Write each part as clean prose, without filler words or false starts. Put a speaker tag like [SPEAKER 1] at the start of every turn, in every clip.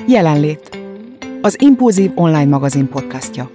[SPEAKER 1] Jelenlét. Az Impulzív online magazin podcastja.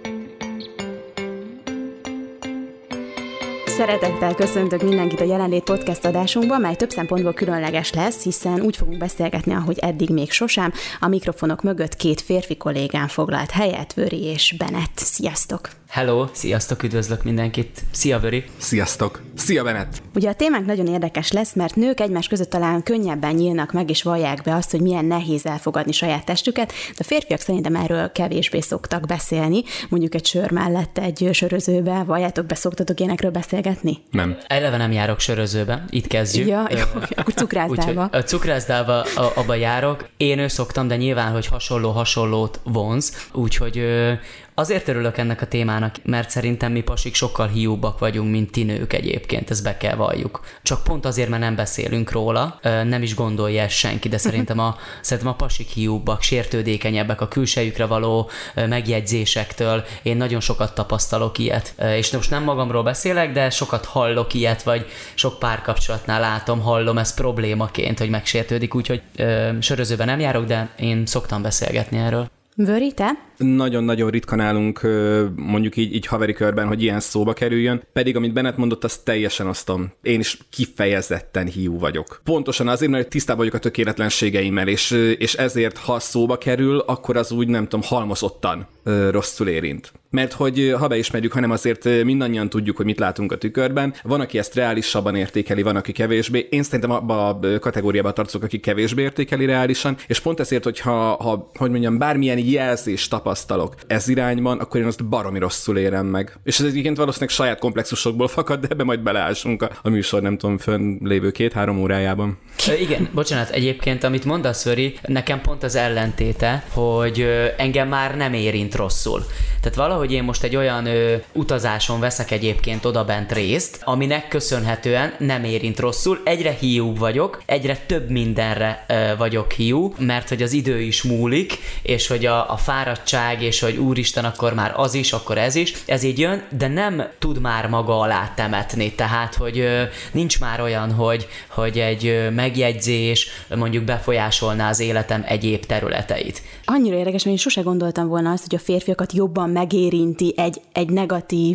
[SPEAKER 2] Szeretettel köszöntök mindenkit a Jelenlét podcast adásunkban, mely több szempontból különleges lesz, hiszen úgy fogunk beszélgetni, ahogy eddig még sosem. A mikrofonok mögött két férfi kollégám foglalt helyet, Vöri és Bennett. Sziasztok!
[SPEAKER 3] Hello, sziasztok, üdvözlök mindenkit. Szia, Vöri!
[SPEAKER 4] Sziasztok! Szia, Bennett!
[SPEAKER 2] Ugye a témánk nagyon érdekes lesz, mert nők egymás között talán könnyebben nyílnak meg és vallják be azt, hogy milyen nehéz elfogadni saját testüket, de a férfiak szerintem erről kevésbé szoktak beszélni. Mondjuk egy sör mellett egy sörözőbe, valljátok be, szoktatok ilyenekről beszélgetni?
[SPEAKER 4] Nem.
[SPEAKER 3] Eleve nem járok sörözőbe, itt kezdjük.
[SPEAKER 2] Ja, jó, akkor cukrászdálba.
[SPEAKER 3] A cukrászdálba abba járok. Én szoktam, de nyilván, hogy hasonlót vonz, úgyhogy azért örülök ennek a témának, mert szerintem mi pasik sokkal hiúbbak vagyunk, mint ti nők egyébként, ezt be kell valljuk. Csak pont azért, mert nem beszélünk róla, nem is gondolja ezt senki, de szerintem a pasik hiúbbak, sértődékenyebbek a külsejükre való megjegyzésektől. Én nagyon sokat tapasztalok ilyet. És most nem magamról beszélek, de sokat hallok ilyet, vagy sok párkapcsolatnál hallom ezt problémaként, hogy megsértődik, úgyhogy sörözőben nem járok, de én szoktam beszélgetni erről.
[SPEAKER 2] Vöri, te?
[SPEAKER 4] Nagyon-nagyon ritkán állunk mondjuk így haveri körben, hogy ilyen szóba kerüljön, pedig amit Bennett mondott, azt teljesen osztom. Én is kifejezetten hiú vagyok. Pontosan azért, mert tisztában vagyok a tökéletlenségeimmel, és ezért, ha szóba kerül, akkor az úgy, nem tudom, halmozottan rosszul érint. Mert hogy, ha beismerjük, hanem azért mindannyian tudjuk, hogy mit látunk a tükörben. Van, aki ezt reálisabban értékeli, van, aki kevésbé. Én szerintem abba a kategóriába tartozok, aki kevésbé értékeli reálisan, és pont ezért, hogyha hogy mondjam, bármilyen jelzést tapasztalok ez irányban, akkor én azt baromi rosszul érem meg. És ez egyébként valószínűleg saját komplexusokból fakad, de ebbe majd beleásunk a műsor, nem tudom, fönn lévő 2-3 órájában.
[SPEAKER 3] Igen, bocsánat, egyébként, amit mondasz, Vöri, nekem pont az ellentéte, hogy engem már nem érint rosszul. Tehát valahogy én most egy olyan utazáson veszek egyébként odabent részt, aminek köszönhetően nem érint rosszul. Egyre hiúbb vagyok, egyre több mindenre vagyok hiú, mert hogy az idő is múlik, és hogy a fáradtság, és hogy úristen, akkor már az is, akkor ez is, ez így jön, de nem tud már maga alá temetni. Tehát, hogy nincs már olyan, hogy egy megjegyzés mondjuk befolyásolná az életem egyéb területeit.
[SPEAKER 2] Annyira érdekes, mert én sose gondoltam volna azt, hogy a férfiakat jobban megérinti egy negatív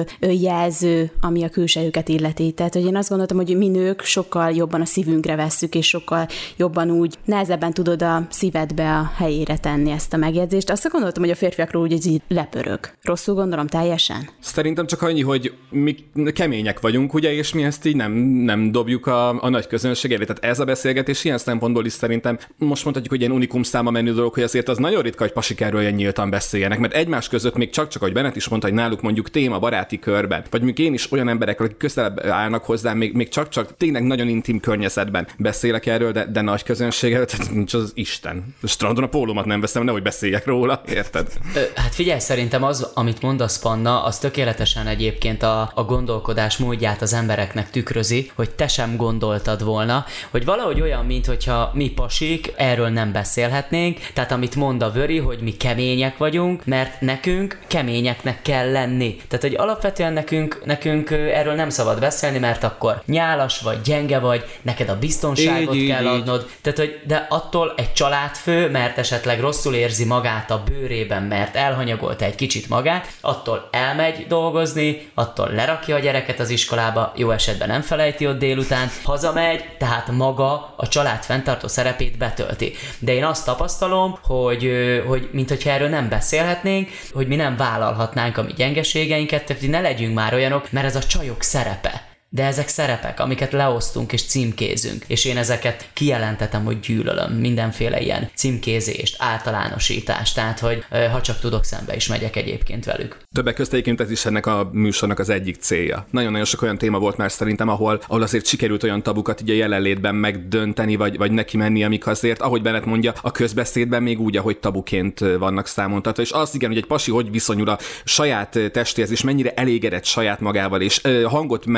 [SPEAKER 2] jelző, ami a külsejüket illeti. Tehát, hogy én azt gondoltam, hogy mi nők sokkal jobban a szívünkre vesszük, és sokkal jobban úgy nehezebben tudod a szívedbe a helyére tenni ezt a megjegyzést. Azt gondoltam, hogy a férfiakról úgy így lepörög. Rosszul gondolom teljesen?
[SPEAKER 4] Szerintem csak annyi, hogy mi kemények vagyunk, ugye, és mi ezt így nem dobjuk a nagy közönség elé. Tehát ez a beszélgetés ilyen szempontból is szerintem most mondhatjuk, hogy ilyen unikum száma menő dolog, hogy azért az nagyon ritka, hogy pasik erről ilyen nyíltan beszéljenek, mert egymás között még csak ahogy Bennett is mondta, hogy náluk mondjuk téma baráti körben, vagy mondjuk én is olyan emberekkel, akik közelebb állnak hozzám, még csak tényleg nagyon intim környezetben beszélek erről, de nagy közönség előtt, tehát nincs az Isten. A strandon a pólómat nem veszem, nehogy beszéljek róla, érted?
[SPEAKER 3] Hát figyelj, szerintem az, amit mondasz, Panna, az tökéletesen egyébként a gondolkodás módját az embereknek tükrözi, hogy te sem gondoltad volna, hogy valahogy olyan, mintha mi pasik, erről nem beszélhetnénk, tehát amit mond a Vöri, hogy mi kemények vagyunk, mert nekünk keményeknek kell lenni. Tehát, hogy alapvetően nekünk erről nem szabad beszélni, mert akkor nyálas vagy, gyenge vagy, neked a biztonságot kell adnod. Tehát, hogy de attól egy családfő, mert esetleg rosszul érzi magát a bőrében, mert elhanyagolta egy kicsit magát, attól elmegy dolgozni, attól lerakja a gyereket az iskolába, jó esetben nem felejti ott délután, hazamegy, tehát maga a család fenntartó szerepét betölti. De én azt tapasztalom, hogy minthogyha erről nem beszélhetnénk, hogy mi nem vállalhatnánk a mi gyengeségeinket, tehát hogy ne legyünk már olyanok, mert ez a csajok szerepe. De ezek szerepek, amiket leosztunk és címkézünk, és én ezeket kijelentetem, hogy gyűlölöm, mindenféle ilyen címkézést, általánosítást, tehát hogy ha csak tudok, szembe is megyek egyébként velük.
[SPEAKER 4] Többek között egyébként ez is ennek a műsornak az egyik célja. Nagyon-nagyon sok olyan téma volt már szerintem, ahol azért sikerült olyan tabukat így a jelenlétben megdönteni, vagy neki menni, amik azért, ahogy Bennett mondja, a közbeszédben még úgy, ahogy tabuként vannak számon tartva. És az igen, hogy egy pasi hogy viszonyul a saját testéhez, és mennyire elégedett saját magával, és hangot mere esetleg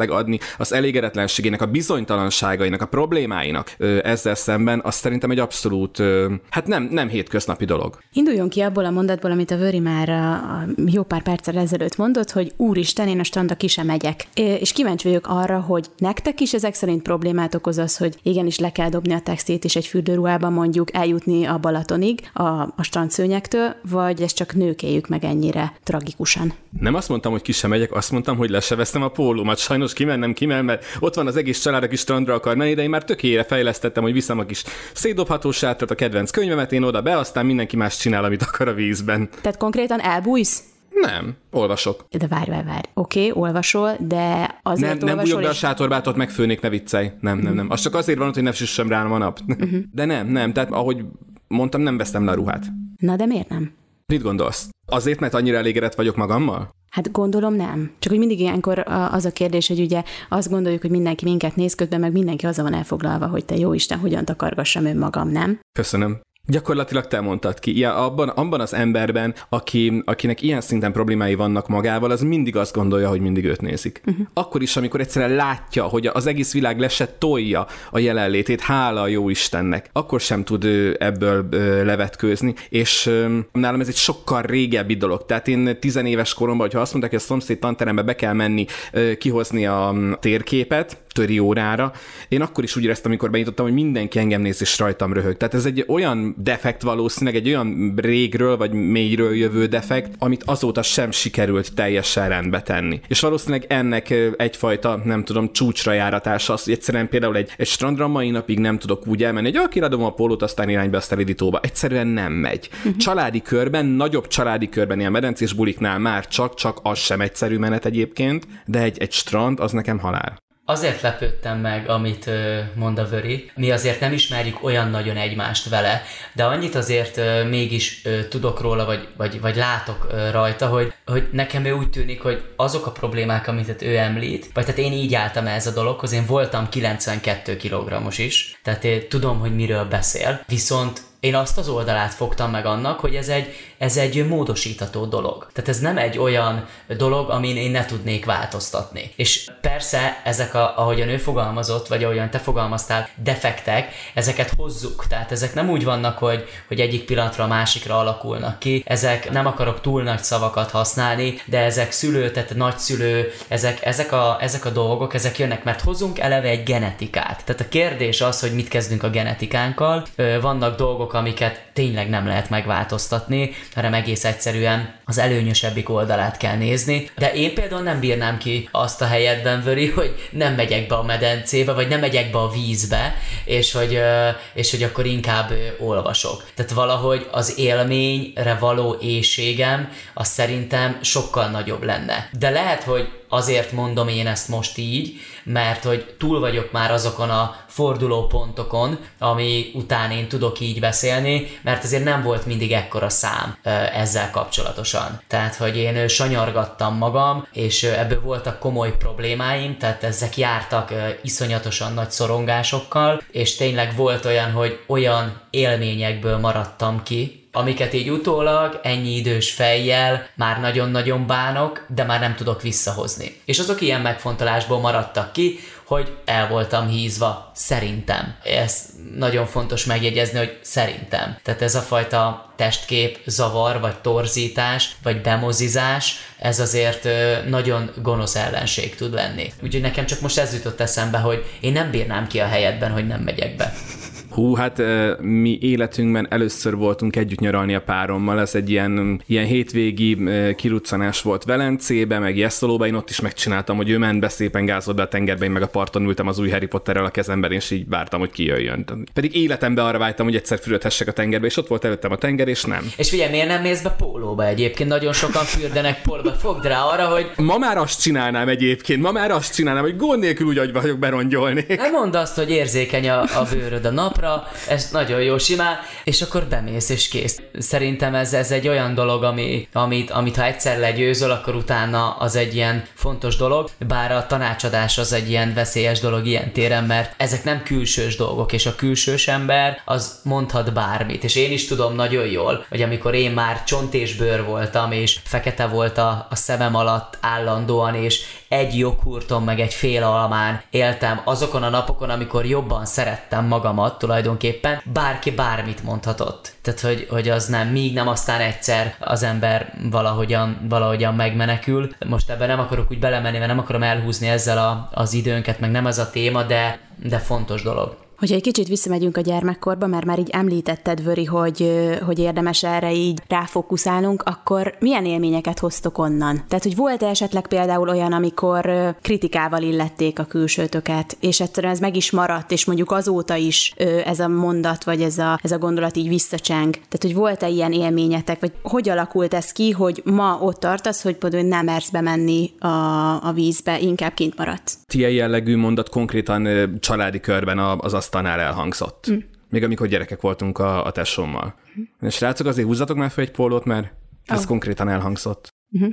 [SPEAKER 4] esetleg adni az elégedetlenségének, a bizonytalanságainak, a problémáinak ezzel szemben, az szerintem egy abszolút, hát nem hétköznapi dolog.
[SPEAKER 2] Induljon ki abból a mondatból, amit a Vöri már a jó pár perccel ezelőtt mondott, hogy úristen, én a strandra ki sem megyek. És kíváncsi vagyok arra, hogy nektek is ezek szerint problémát okoz az, hogy igenis le kell dobni a textilt és egy fürdőruhában mondjuk eljutni a Balatonig a strandszőnyektől, vagy ezt csak nők éljük meg ennyire tragikusan?
[SPEAKER 4] Nem azt mondtam, hogy ki sem megyek, azt mondtam, hogy le se veszem a pólómat. Sajnos kimennem, mert ott van az egész család, aki strandra akar menni, de én már tökélyre fejlesztettem, hogy viszem a kis szétdobható sátrat, a kedvenc könyvemet, én oda be, aztán mindenki más csinál, amit akar a vízben.
[SPEAKER 2] Tehát konkrétan elbújsz?
[SPEAKER 4] Nem, olvasok.
[SPEAKER 2] De várj. Oké, olvasol, de azért
[SPEAKER 4] nem bújok be a sátorbátot, megfőnék, ne viccelj. Nem. Az csak azért van ott, hogy ne süssem rá a nap. De nem. Tehát ahogy mondtam, nem vesztem le a ruhát.
[SPEAKER 2] Na de miért nem?
[SPEAKER 4] Mit gondolsz? Azért, mert annyira elégedett vagyok magammal?
[SPEAKER 2] Hát gondolom nem. Csak hogy mindig ilyenkor az a kérdés, hogy ugye azt gondoljuk, hogy mindenki minket néz, közben meg mindenki azzal van elfoglalva, hogy te jó Isten, hogyan takargassam önmagam, nem?
[SPEAKER 4] Köszönöm. Gyakorlatilag te mondtad ki. Ja, abban az emberben, akinek ilyen szinten problémái vannak magával, az mindig azt gondolja, hogy mindig őt nézik. Akkor is, amikor egyszerűen látja, hogy az egész világ le se tolja a jelenlétét, hála a jó Istennek, akkor sem tud ebből levetkőzni, és nálam ez egy sokkal régebbi dolog. Tehát én 10 éves koromban, hogyha azt mondták, hogy a szomszéd tanterembe be kell menni, kihozni a térképet, töri órára, én akkor is úgy éreztem, amikor benyitottam, hogy mindenki engem néz és rajtam röhög. Tehát ez egy olyan defekt valószínűleg, egy olyan régről vagy mélyről jövő defekt, amit azóta sem sikerült teljesen rendbe tenni. És valószínűleg ennek egyfajta, nem tudom, csúcsra járatása az, hogy egyszerűen például egy strandra mai napig nem tudok úgy elmenni, hogy kiradom a pólót, aztán irányba a sztelidítóba. Egyszerűen nem megy. Családi körben, nagyobb családi körben, ilyen medencés buliknál már csak az sem egyszerű menet egyébként, de egy strand az nekem halál.
[SPEAKER 3] Azért lepődtem meg, amit mond a Vöri. Mi azért nem ismerjük olyan nagyon egymást vele, de annyit azért mégis tudok róla, vagy látok rajta, hogy nekem ő úgy tűnik, hogy azok a problémák, amit ő említ, vagy tehát én így álltam ez a dologhoz, én voltam 92 kg-os is, tehát én tudom, hogy miről beszél, viszont én azt az oldalát fogtam meg annak, hogy ez egy módosítható dolog. Tehát ez nem egy olyan dolog, amin én ne tudnék változtatni. És persze ezek, ahogyan ő fogalmazott, vagy ahogyan te fogalmaztál, defektek, ezeket hozzuk. Tehát ezek nem úgy vannak, hogy egyik pillanatra a másikra alakulnak ki. Ezek, nem akarok túl nagy szavakat használni, de ezek szülő, tehát nagyszülő, ezek a dolgok, ezek jönnek, mert hozunk eleve egy genetikát. Tehát a kérdés az, hogy mit kezdünk a genetikánkkal. Vannak dolgok, amiket tényleg nem lehet megváltoztatni, hanem egész egyszerűen az előnyösebbik oldalát kell nézni. De én például nem bírnám ki azt a helyetben, Vöri, hogy nem megyek be a medencébe, vagy nem megyek be a vízbe, és hogy akkor inkább olvasok. Tehát valahogy az élményre való éhségem, az szerintem sokkal nagyobb lenne. De lehet, hogy azért mondom én ezt most így, mert hogy túl vagyok már azokon a fordulópontokon, ami után én tudok így beszélni, mert azért nem volt mindig ekkora szám ezzel kapcsolatosan. Tehát, hogy én sanyargattam magam, és ebből voltak komoly problémáim, tehát ezek jártak iszonyatosan nagy szorongásokkal, és tényleg volt olyan, hogy olyan élményekből maradtam ki, amiket így utólag ennyi idős fejjel már nagyon-nagyon bánok, de már nem tudok visszahozni. És azok ilyen megfontolásból maradtak ki, hogy el voltam hízva, szerintem. Ez nagyon fontos megjegyezni, hogy szerintem. Tehát ez a fajta testkép zavar, vagy torzítás, vagy bemozizás, ez azért nagyon gonosz ellenség tud lenni. Úgyhogy nekem csak most ez jutott eszembe, hogy én nem bírnám ki a helyedben, hogy nem megyek be.
[SPEAKER 4] Hú, hát mi életünkben először voltunk együtt nyaralni a párommal, ez egy ilyen hétvégi kiruccanás volt Velencébe, meg Jesszolóba, én ott is megcsináltam, hogy ő ment be, szépen gázolt be a tengerbe, én meg a parton ültem az új Harry Potterrel a kezemben, és így vártam, hogy kijöjjön. Pedig életemben arra vágytam, hogy egyszer fürödhessek a tengerbe, és ott volt előttem a tenger, és nem.
[SPEAKER 3] És figyelj, miért nem mész be pólóba egyébként? Nagyon sokan fürdenek pólóba. Fogd rá arra, hogy...
[SPEAKER 4] Ma már azt csinálnám egyébként, hogy gond nélkül úgy agy vagyok berongyolnék.
[SPEAKER 3] Nem mondd azt, hogy érzékeny a bőröd a napra, ez nagyon jó simán, és akkor bemész és kész. Szerintem ez egy olyan dolog, amit ha egyszer legyőzöl, akkor utána az egy ilyen fontos dolog, bár a tanácsadás az egy ilyen veszélyes dolog ilyen téren, mert ezek nem külsős dolgok, és a külsős ember az mondhat bármit, és én is tudom nagyon jól, hogy amikor én már csont és bőr voltam, és fekete volt a szemem alatt állandóan, és egy joghurton meg egy fél almán éltem azokon a napokon, amikor jobban szerettem magamat tulajdonképpen, bárki bármit mondhatott. Tehát, hogy az nem, míg nem aztán egyszer az ember valahogyan megmenekül. Most ebben nem akarok úgy belemenni, mert nem akarom elhúzni ezzel az időnket, meg nem ez a téma, de fontos dolog.
[SPEAKER 2] Hogyha egy kicsit visszamegyünk a gyermekkorba, mert már így említetted, Vöri, hogy érdemes erre így ráfókuszálnunk, akkor milyen élményeket hoztok onnan? Tehát, hogy volt esetleg például olyan, amikor kritikával illették a külsőtöket, és egyszerűen ez meg is maradt, és mondjuk azóta is ez a mondat, vagy ez a gondolat így visszacseng. Tehát, hogy volt-e ilyen élményetek, vagy hogy alakult ez ki, hogy ma ott tartasz, hogy például nem mersz bemenni a vízbe, inkább kint maradsz?
[SPEAKER 4] Ilyen jellegű mondat konkrétan családi körben az asztalnál elhangzott. Még amikor gyerekek voltunk a tesómmal. És srácok, azért húzzatok már fel egy pólót, mert ez konkrétan elhangzott.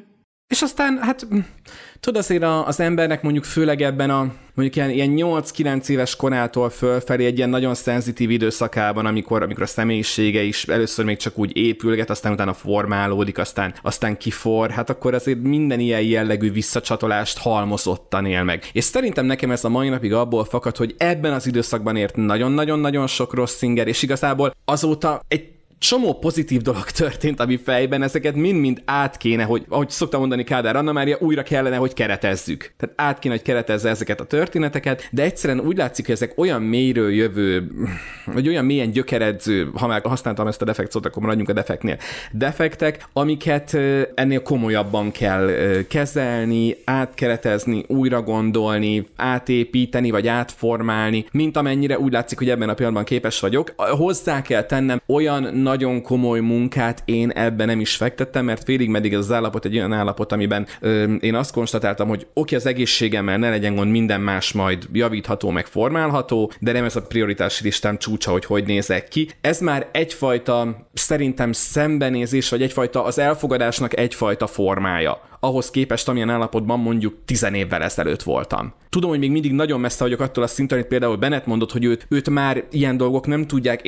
[SPEAKER 4] És aztán, hát tudod, azért az embernek mondjuk főleg ebben mondjuk ilyen 8-9 éves korától fölfelé egy ilyen nagyon szenzitív időszakában, amikor a személyisége is először még csak úgy épülget, aztán utána formálódik, aztán kifor, hát akkor azért minden ilyen jellegű visszacsatolást halmozottan él meg. És szerintem nekem ez a mai napig abból fakad, hogy ebben az időszakban ért nagyon-nagyon-nagyon sok rossz inger, és igazából azóta egy csomó pozitív dolog történt a mi fejben, ezeket mind-mind át kéne, hogy ahogy szoktam mondani Kádár Anna Mária, újra kellene, hogy keretezzük. Tehát át kéne, hogy keretezze ezeket a történeteket, de egyszerűen úgy látszik, hogy ezek olyan mélyről jövő, vagy olyan mélyen gyökeredző, ha már használtam ezt a defekt szót, akkor maradjunk a defektnél, defektek, amiket ennél komolyabban kell kezelni, átkeretezni, újra gondolni, átépíteni, vagy átformálni, mint amennyire úgy látszik, hogy ebben a pillanatban képes vagyok. Hozzá kell tennem, olyan nagyon komoly munkát én ebben nem is fektettem, mert félig meddig ez az állapot egy olyan állapot, amiben én azt konstatáltam, hogy oké, az egészségemmel ne legyen gond, minden más majd javítható, meg formálható, de nem ez a prioritási listám csúcsa, hogy nézek ki. Ez már egyfajta, szerintem szembenézés, vagy egyfajta az elfogadásnak egyfajta formája. Ahhoz képest, amilyen állapotban mondjuk 10 évvel ezelőtt voltam. Tudom, hogy még mindig nagyon messze vagyok attól a szinten, hogy például Bennett mondott, hogy őt már ilyen dolgok nem tudják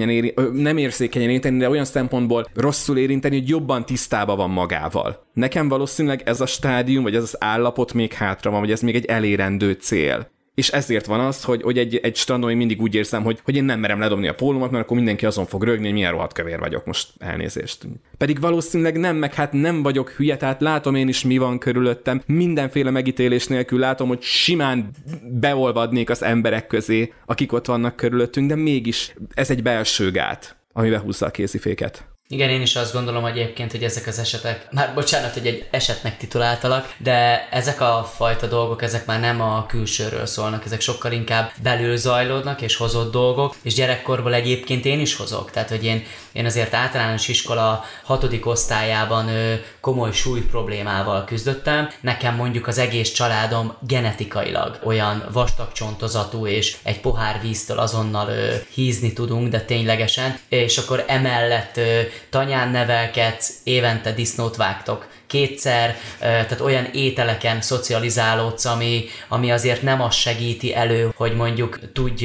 [SPEAKER 4] nem érzékenyen érinteni, de olyan szempontból rosszul érinteni, hogy jobban tisztában van magával. Nekem valószínűleg ez a stádium, vagy ez az állapot még hátra van, vagy ez még egy elérendő cél. És ezért van az, hogy egy strandon én mindig úgy érzem, hogy én nem merem ledobni a pólómat, mert akkor mindenki azon fog rögni, hogy milyen rohadt kövér vagyok, most elnézést. Pedig valószínűleg nem, meg hát nem vagyok hülye, tehát látom én is, mi van körülöttem, mindenféle megítélés nélkül látom, hogy simán beolvadnék az emberek közé, akik ott vannak körülöttünk, de mégis ez egy belső gát, ami behúzza a kéziféket.
[SPEAKER 3] Igen, én is azt gondolom egyébként, hogy ezek az esetek, már bocsánat, hogy egy esetnek tituláltalak, de ezek a fajta dolgok, ezek már nem a külsőről szólnak, ezek sokkal inkább belül zajlódnak és hozott dolgok, és gyerekkorból egyébként én is hozok, tehát hogy én azért általános iskola 6. osztályában komoly súly problémával küzdöttem. Nekem mondjuk az egész családom genetikailag olyan vastagcsontozatú, és egy pohár víztől azonnal hízni tudunk, de ténylegesen, és akkor emellett tanyán nevelkedsz, évente disznót vágtok 2-szer, tehát olyan ételeken szocializálódsz, ami azért nem azt segíti elő, hogy mondjuk tudj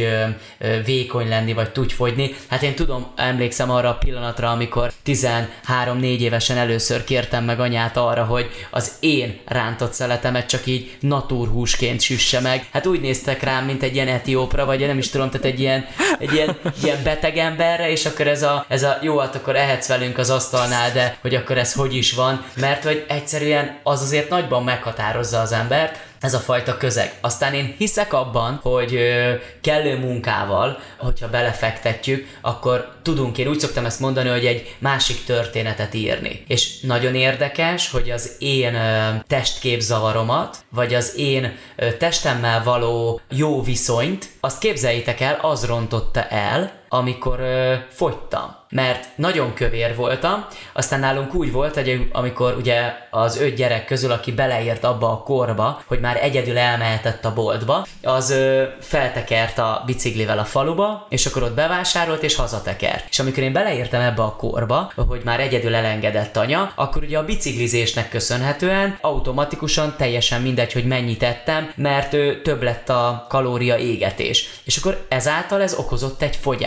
[SPEAKER 3] vékony lenni, vagy tudj fogyni. Hát én emlékszem arra a pillanatra, amikor 13-4 évesen először kértem meg anyát arra, hogy az én rántott szeletemet csak így natúrhúsként süsse meg. Hát úgy néztek rám, mint egy ilyen etiópra, vagy nem is tudom, tehát egy ilyen beteg emberre, és akkor ez a jó, hát akkor ehetsz velünk az asztalnál, de hogy akkor ez hogy is van, mert hogy egyszerűen az azért nagyban meghatározza az embert, ez a fajta közeg. Aztán én hiszek abban, hogy kellő munkával, hogyha belefektetjük, akkor tudunk, én úgy szoktam ezt mondani, hogy egy másik történetet írni. És nagyon érdekes, hogy az én testképzavaromat, vagy az én testemmel való jó viszonyt, azt képzeljétek el, az rontotta el, amikor fogytam. Mert nagyon kövér voltam, aztán nálunk úgy volt, hogy amikor ugye az 5 gyerek közül, aki beleért abba a korba, hogy már egyedül elmehetett a boltba, az feltekert a biciklivel a faluba, és akkor ott bevásárolt és hazatekert. És amikor én beleértem ebbe a korba, hogy már egyedül elengedett anya, akkor ugye a biciklizésnek köszönhetően automatikusan teljesen mindegy, hogy mennyit ettem, mert több lett a kalória égetés. És akkor ezáltal ez okozott egy fogyást.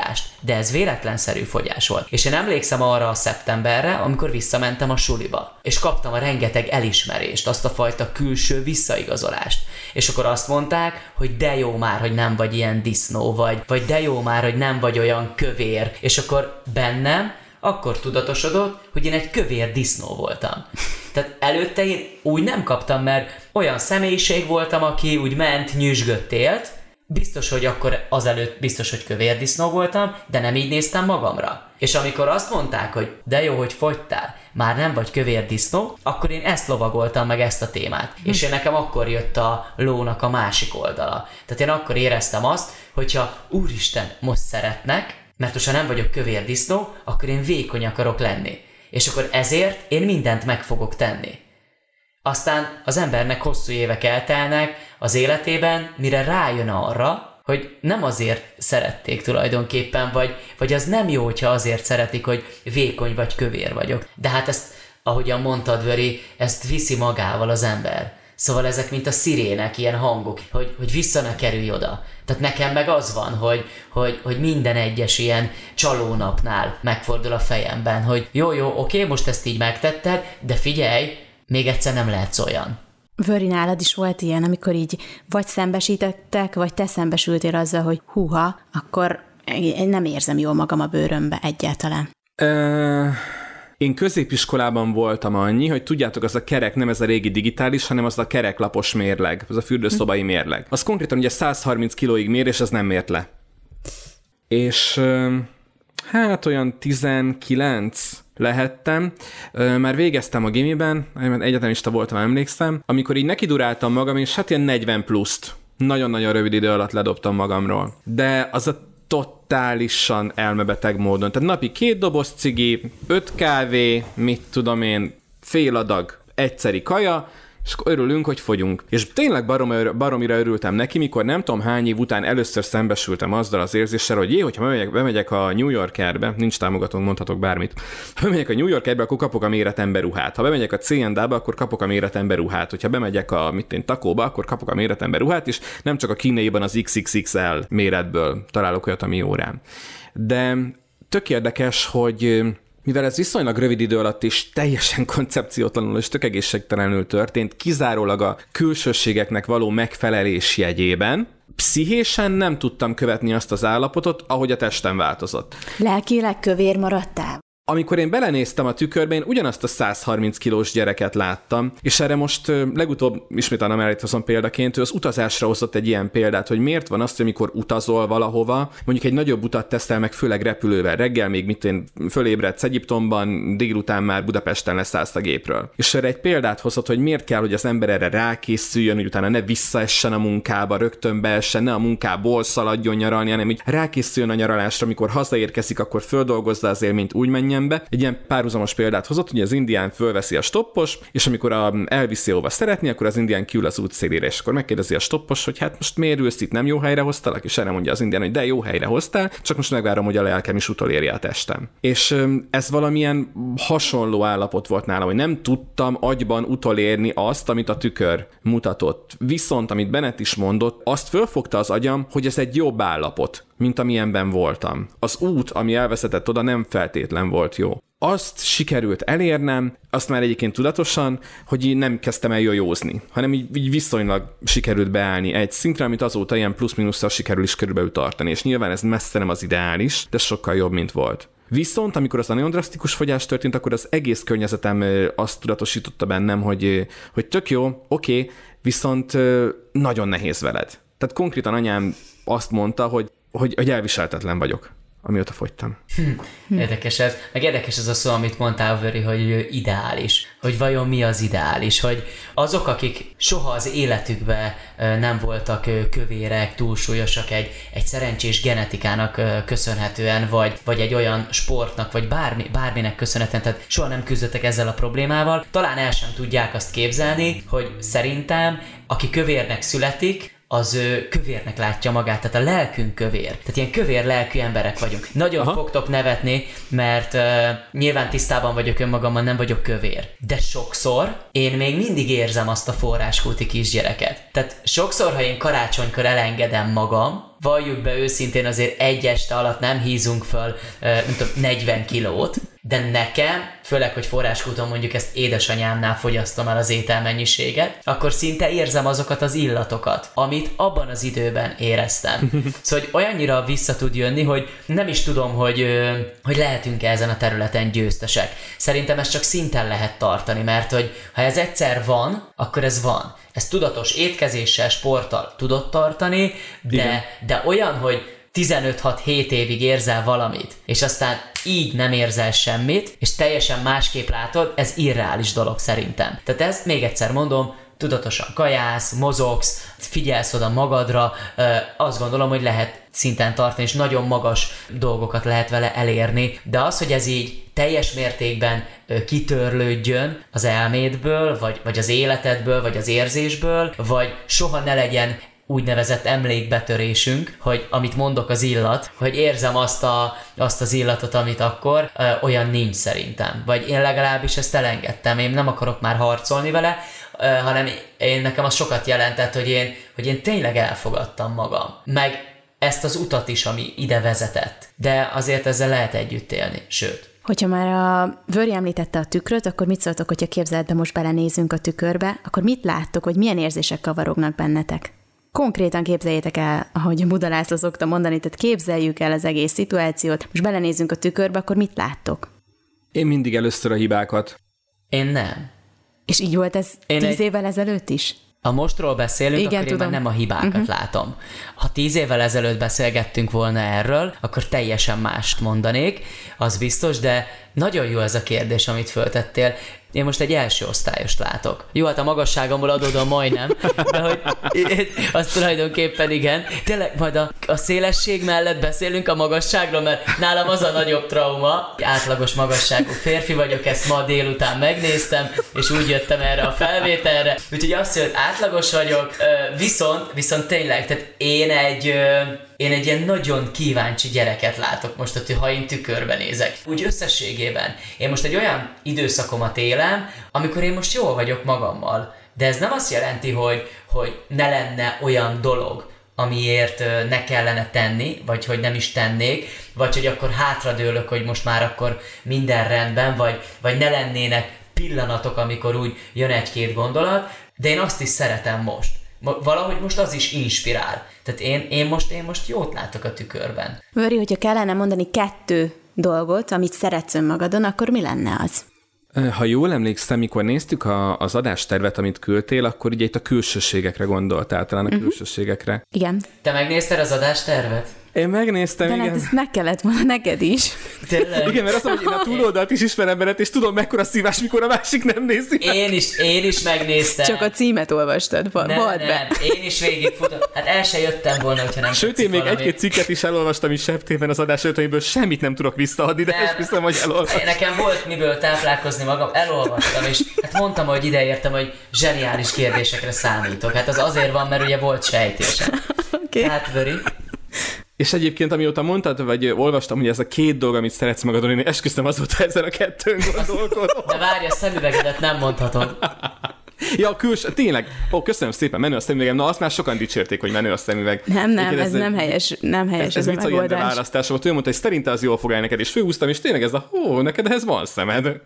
[SPEAKER 3] fogyást, de ez véletlenszerű fogyás volt. És én emlékszem arra a szeptemberre, amikor visszamentem a suliba, és kaptam a rengeteg elismerést, azt a fajta külső visszaigazolást. És akkor azt mondták, hogy de jó már, hogy nem vagy ilyen disznó, vagy de jó már, hogy nem vagy olyan kövér, és akkor bennem akkor tudatosodott, hogy én egy kövér disznó voltam. Tehát előtte én úgy nem kaptam, mert olyan személyiség voltam, aki úgy ment, nyüzsgött, élt. Biztos, hogy akkor azelőtt biztos, hogy kövér disznó voltam, de nem így néztem magamra. És amikor azt mondták, hogy de jó, hogy fogytál, már nem vagy kövér disznó, akkor én ezt lovagoltam meg, ezt a témát. És én nekem akkor jött a lónak a másik oldala. Tehát én akkor éreztem azt, hogyha úristen, most szeretnek, mert most ha nem vagyok kövér disznó, akkor én vékony akarok lenni. És akkor ezért én mindent meg fogok tenni. Aztán az embernek hosszú évek eltelnek az életében, mire rájön arra, hogy nem azért szerették tulajdonképpen, vagy az nem jó, hogyha azért szeretik, hogy vékony vagy kövér vagyok. De hát ezt, ahogyan mondtad, Vöri, ezt viszi magával az ember. Szóval ezek mint a szirének, ilyen hangok, hogy vissza ne kerülj oda. Tehát nekem meg az van, hogy minden egyes ilyen csalónapnál megfordul a fejemben, hogy jó, oké, most ezt így megtetted, de figyelj, még egyszer nem lehetsz olyan.
[SPEAKER 2] Vöri, nálad is volt ilyen, amikor így vagy szembesítettek, vagy te szembesültél azzal, hogy húha, akkor én nem érzem jól magam a bőrömbe egyáltalán.
[SPEAKER 4] Én középiskolában voltam annyi, hogy tudjátok, az a kerek nem ez a régi digitális, hanem az a kereklapos mérleg, az a fürdőszobai mérleg. Az konkrétan ugye 130 kilóig mér, és az nem mért le. És hát olyan 19 lehettem. Már végeztem a gimiben, egyetemista voltam, emlékszem, amikor így nekiduráltam magam, és hát ilyen 40 pluszt nagyon-nagyon rövid idő alatt ledobtam magamról. De az a totálisan elmebeteg módon. Tehát napi 2 doboz cigi, 5 kávé, mit tudom én, fél adag egyszeri kaja, és akkor örülünk, hogy fogyunk. És tényleg baromira örültem neki, mikor nem tudom hány év után először szembesültem azzal az érzéssel, hogy hogyha bemegyek a New Yorkerbe, nincs támogatónk, mondhatok bármit, ha bemegyek a New Yorkerbe, akkor kapok a méretembe ruhát. Ha bemegyek a C&A-ba, akkor kapok a méretembe ruhát. Hogyha bemegyek a Takóba, akkor kapok a méretembe ruhát, és nem csak a kínaiban az XXXL méretből találok olyat, ami jó rám. De tök érdekes, hogy mivel ez viszonylag rövid idő alatt is teljesen koncepciótlanul és tök egészségtelenül történt, kizárólag a külsőségeknek való megfelelés jegyében, pszichésen nem tudtam követni azt az állapotot, ahogy a testem változott.
[SPEAKER 2] Lelkileg kövér maradtál?
[SPEAKER 4] Amikor én belenéztem a tükörbe, én ugyanazt a 130 kilós gyereket láttam, és erre most legutóbb ismét Anna mellett hozom példaként, ő az utazásra hozott egy ilyen példát, hogy miért van az, hogy amikor utazol valahova, mondjuk egy nagyobb utat teszel meg, főleg repülővel, reggel még fölébredsz Egyiptomban, délután már Budapesten leszállsz a gépről. És erre egy példát hozott, hogy miért kell, hogy az ember erre rákészüljön, hogy utána ne visszaessen a munkába, rögtön beessen, ne a munkából szaladjon nyaralni, hanem hogy rákészüljön a nyaralásra, amikor hazaérkezik, akkor földolgozza az élményt, úgy menjen be. Egy ilyen párhuzamos példát hozott, hogy az indián fölveszi a stoppos, és amikor elviszi, ahova szeretné, akkor az indián kiül az útszélére, és akkor megkérdezi a stoppos, hogy hát most miért ülsz itt, nem jó helyre hoztalak, és erre mondja az indián, hogy de jó helyre hoztál, csak most megvárom, hogy a lelkem is utolérje a testem. És ez valamilyen hasonló állapot volt nálam, hogy nem tudtam agyban utolérni azt, amit a tükör mutatott. Viszont, amit Bennett is mondott, azt fölfogta az agyam, hogy ez egy jobb állapot, mint amilyenben voltam. Az út, ami elvezetett oda, nem feltétlen volt jó. Azt sikerült elérnem, azt már egyébként tudatosan, hogy így nem kezdtem el jojózni, hanem így viszonylag sikerült beállni egy szintre, amit azóta ilyen plusz-minusszal sikerül is körülbelül tartani, és nyilván ez messze nem az ideális, de sokkal jobb, mint volt. Viszont, amikor az a nagyon drasztikus fogyás történt, akkor az egész környezetem azt tudatosította bennem, hogy tök jó, oké, viszont nagyon nehéz veled. Tehát konkrétan anyám azt mondta, hogy elviselhetetlen vagyok, amióta fogytam.
[SPEAKER 3] Érdekes ez. Meg érdekes ez a szó, amit mondtál, Vöri, hogy ideális. Hogy vajon mi az ideális. Hogy azok, akik soha az életükben nem voltak kövérek, túlsúlyosak egy szerencsés genetikának köszönhetően, vagy egy olyan sportnak, vagy bárminek köszönhetően, tehát soha nem küzdöttek ezzel a problémával, talán el sem tudják azt képzelni, hogy szerintem, aki kövérnek születik, az kövérnek látja magát, tehát a lelkünk kövér. Tehát ilyen kövér lelkű emberek vagyunk. Nagyon fogtok nevetni, mert nyilván tisztában vagyok önmagammal, nem vagyok kövér. De sokszor én még mindig érzem azt a forráskúti kisgyereket. Tehát sokszor, ha én karácsonykor elengedem magam, valljuk be őszintén, azért egy este alatt nem hízunk föl, nem tudom, 40 kilót, de nekem, főleg, hogy forráskúton mondjuk ezt édesanyámnál fogyasztom el az ételmennyiséget, akkor szinte érzem azokat az illatokat, amit abban az időben éreztem. Szóval, hogy olyannyira vissza tud jönni, hogy nem is tudom, hogy lehetünk-e ezen a területen győztesek. Szerintem ezt csak szinten lehet tartani, mert hogy ha ez egyszer van, akkor ez van. Ezt tudatos étkezéssel, sporttal tudod tartani, de olyan, hogy 15-6-7 évig érzel valamit, és aztán így nem érzel semmit, és teljesen másképp látod, ez irreális dolog szerintem. Tehát ezt még egyszer mondom, tudatosan kajálsz, mozogsz, figyelsz oda magadra, azt gondolom, hogy lehet szinten tartani, és nagyon magas dolgokat lehet vele elérni, de az, hogy ez így teljes mértékben kitörlődjön az elmédből, vagy az életedből, vagy az érzésből, vagy soha ne legyen úgynevezett emlékbetörésünk, hogy amit mondok az illat, hogy érzem azt az illatot, amit akkor, olyan nincs szerintem. Vagy én legalábbis ezt elengedtem, én nem akarok már harcolni vele, hanem nekem az sokat jelentett, hogy én tényleg elfogadtam magam. Meg ezt az utat is, ami ide vezetett. De azért ezzel lehet együtt élni, sőt.
[SPEAKER 2] Hogyha már a Vöri említette a tükröt, akkor mit szóltok, hogyha képzeld, de most belenézünk a tükörbe, akkor mit láttok, hogy milyen érzések kavarognak bennetek? Konkrétan képzeljétek el, ahogy a Buda László szokta mondani, tehát képzeljük el az egész szituációt, most belenézünk a tükörbe, akkor mit láttok?
[SPEAKER 4] Én mindig először a hibákat.
[SPEAKER 3] Én nem.
[SPEAKER 2] És így volt ez 10 évvel ezelőtt is?
[SPEAKER 3] Ha mostról beszélünk,
[SPEAKER 2] igen,
[SPEAKER 3] akkor tudom. Én már nem a hibákat látom. Ha 10 évvel ezelőtt beszélgettünk volna erről, akkor teljesen mást mondanék, az biztos, de nagyon jó ez a kérdés, amit föltettél. Én most egy első osztályost látok. Jó, hát a magasságomból adódom majdnem, de hogy az tulajdonképpen igen. Tényleg majd a szélesség mellett beszélünk a magasságról, mert nálam az a nagyobb trauma. Átlagos magasságú férfi vagyok, ezt ma délután megnéztem, és úgy jöttem erre a felvételre. Úgyhogy azt mondja, hogy átlagos vagyok, viszont tényleg, tehát én egy ilyen nagyon kíváncsi gyereket látok most, ha én tükörbe nézek. Úgy összességében. Én most egy olyan időszakomat élem, amikor én most jól vagyok magammal. De ez nem azt jelenti, hogy ne lenne olyan dolog, amiért ne kellene tenni, vagy hogy nem is tennék, vagy hogy akkor hátradőlök, hogy most már akkor minden rendben, vagy ne lennének pillanatok, amikor úgy jön egy-két gondolat, de én azt is szeretem most. Valahogy most az is inspirál. Tehát én most jót látok a tükörben.
[SPEAKER 2] Vöri, hogyha kellene mondani 2 dolgot, amit szeretsz önmagadon, akkor mi lenne az?
[SPEAKER 4] Ha jól emlékszem, mikor néztük az adástervet, amit küldtél, akkor ugye itt a külsőségekre gondoltál, talán a külsőségekre.
[SPEAKER 2] Igen.
[SPEAKER 3] Te megnézted az adástervet?
[SPEAKER 4] Én megnéztem,
[SPEAKER 2] de
[SPEAKER 4] igen.
[SPEAKER 2] De ezt meg kellett volna neked is.
[SPEAKER 3] Tényleg?
[SPEAKER 4] Igen, mert azt mondom, hogy én a túloldalt is ismerem benned, és tudom, mekkora szívás, mikor a másik nem nézi meg.
[SPEAKER 3] Én is megnéztem.
[SPEAKER 2] Csak a címet olvastad,
[SPEAKER 3] nem, én is végigfutom. Hát el se jöttem volna, hogyha nem.
[SPEAKER 4] Sőt, én még
[SPEAKER 3] valami.
[SPEAKER 4] 1-2 cikket is elolvastam is septében az adás előtt, amiből semmit nem tudok visszaadni, de ezt hiszem, hogy elolvastam.
[SPEAKER 3] Nekem volt miből táplálkozni magam, elolvastam, és hát mondtam, hogy ideértem, hogy zseniális kérdésekre számítok. Hát az azért van, mert ugye volt sejtésem.
[SPEAKER 2] Okay.
[SPEAKER 3] Hát, Vöri.
[SPEAKER 4] És egyébként, amióta mondtad, vagy olvastam, hogy ez a 2 dolog, amit szeretsz magadon, én esküszöm azóta ezen a 2-n gondolkodom.
[SPEAKER 3] De várj, a szemüvegedet nem mondhatod.
[SPEAKER 4] Ja, tényleg. Köszönöm szépen, menő a szemüvegem. Na, azt már sokan dicsérték, hogy menő a szemüveg.
[SPEAKER 2] Nem, ez nem helyes, ez a megoldás.
[SPEAKER 4] Választás volt. Ő mondta, hogy szerinte az jól fog el neked, és főhúztam, és tényleg ez neked ehhez van szemed.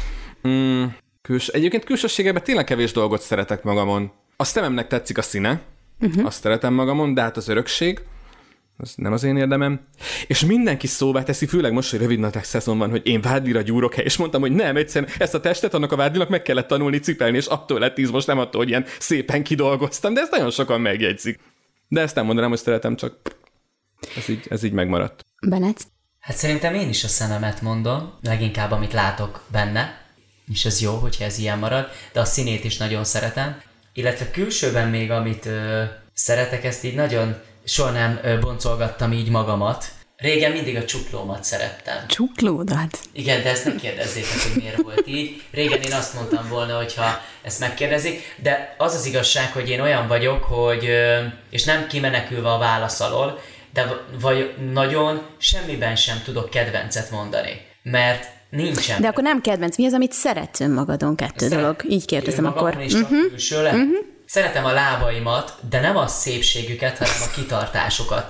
[SPEAKER 4] Egyébként külsőségekben tényleg kevés dolgot szeretek magamon. A szememnek tetszik a színe, azt szeretem magamon, de hát az örökség, az nem az én érdemem. És mindenki szóvá teszi, főleg most, hogy rövidnadrág szezon van, hogy én vádlira gyúrok el, és mondtam, hogy nem, egyszerűen ezt a testet annak a vádlinak meg kellett tanulni cipelni, és attól lett 10, most nem attól, hogy ilyen szépen kidolgoztam, de ezt nagyon sokan megjegyzik. De ezt nem mondanám, hogy szeretem, csak ez így megmaradt.
[SPEAKER 2] Benec?
[SPEAKER 3] Hát szerintem én is a szememet mondom, leginkább amit látok benne, és ez jó, hogyha ez ilyen marad, de a színét is nagyon szeretem. Illetve külsőben még, amit szeretek, ezt így nagyon soha nem boncolgattam így magamat, Régen mindig a csuklómat szerettem.
[SPEAKER 2] Csuklódat?
[SPEAKER 3] Igen, de ezt nem kérdezzétek, hogy miért volt így. Régen én azt mondtam volna, hogyha ezt megkérdezik, de az az igazság, hogy én olyan vagyok, hogy, és nem kimenekülve a válasz alól, de vagy nagyon semmiben sem tudok kedvencet mondani, mert nincsen.
[SPEAKER 2] De akkor nem kedvenc, mi az, amit szeretsz önmagadon? Kettő dolog. Így kérdezem akkor.
[SPEAKER 3] Én csak külsőleg. Szeretem a lábaimat, de nem a szépségüket, hanem a kitartásukat.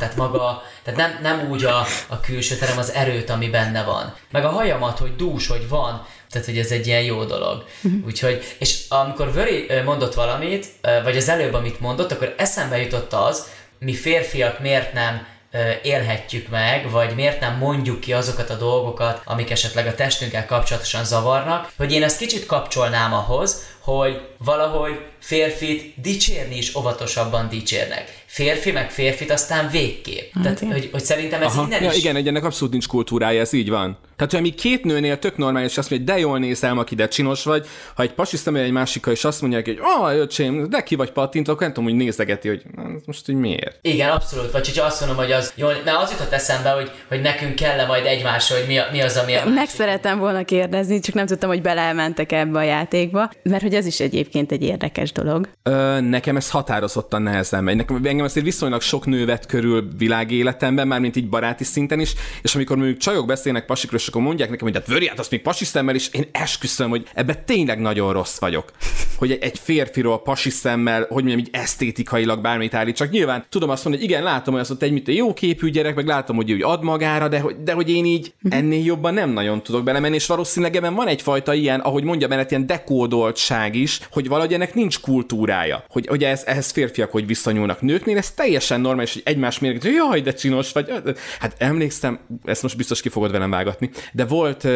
[SPEAKER 3] Tehát nem úgy a külsőt, hanem az erőt, ami benne van. Meg a hajamat, hogy dús, hogy van. Tehát, hogy ez egy ilyen jó dolog. Úgyhogy, és amikor Vöri mondott valamit, vagy az előbb, amit mondott, akkor eszembe jutott az, mi férfiak miért nem élhetjük meg, vagy miért nem mondjuk ki azokat a dolgokat, amik esetleg a testünkkel kapcsolatosan zavarnak, hogy én ezt kicsit kapcsolnám ahhoz, hogy valahogy férfit dicsérni is óvatosabban dicsérnek. Férfi meg férfit aztán végképp. Tehát, hogy szerintem ez innen is...
[SPEAKER 4] Igen, ennek abszolút nincs kultúrája, ez így van. Tehát, hogy ami két nőnél tök normális, azt mondja, hogy de jól nézel, Maki, de csinos vagy. Ha egy pasi személy egy másikkal, és azt mondják, hogy öcsém, de ki vagy pattintva, akkor nem tudom, hogy nézegeti, hogy most hogy miért.
[SPEAKER 3] Igen, abszolút. Vagy hogyha azt mondom, hogy az jól... Mert az jutott eszembe, hogy nekünk kell majd egymásra, hogy mi az, ami a másik.
[SPEAKER 2] Meg szerettem volna kérdezni, csak nem tudtam, hogy belementek ebbe a játékba, mert hogy ez is egyébként egy érdekes dolog.
[SPEAKER 4] Nekem ez határozottan nehezen megy. Engem azért viszonylag sok nő vett körül világéletemben, mármint így baráti szinten is, és amikor mondjuk csajok beszélnek pasikról, és akkor mondják nekem, hogy hát Vöri, hát azt még pasi szemmel, és én esküszöm, hogy ebben tényleg nagyon rossz vagyok. Hogy egy férfiról pasi szemmel, hogy mondjam, így esztétikailag bármit állít. Csak nyilván tudom azt mondani, hogy igen, látom, hogy az ott egy jó képű gyerek, meg látom, hogy ő ad magára, de hogy én így ennél jobban nem nagyon tudok belemenni, és valószínűleg ebben van egyfajta ilyen, ahogy mondja benne, ilyen dekódoltság is, hogy valahogy ennek nincs kultúrája. Hogy ehhez férfiak hogy viszonyulnak. Nőknél ez teljesen normális, hogy egymás mérget, hogy jaj, de csinos vagy. Hát emlékszem, ezt most biztos ki fogod velem vágatni, de volt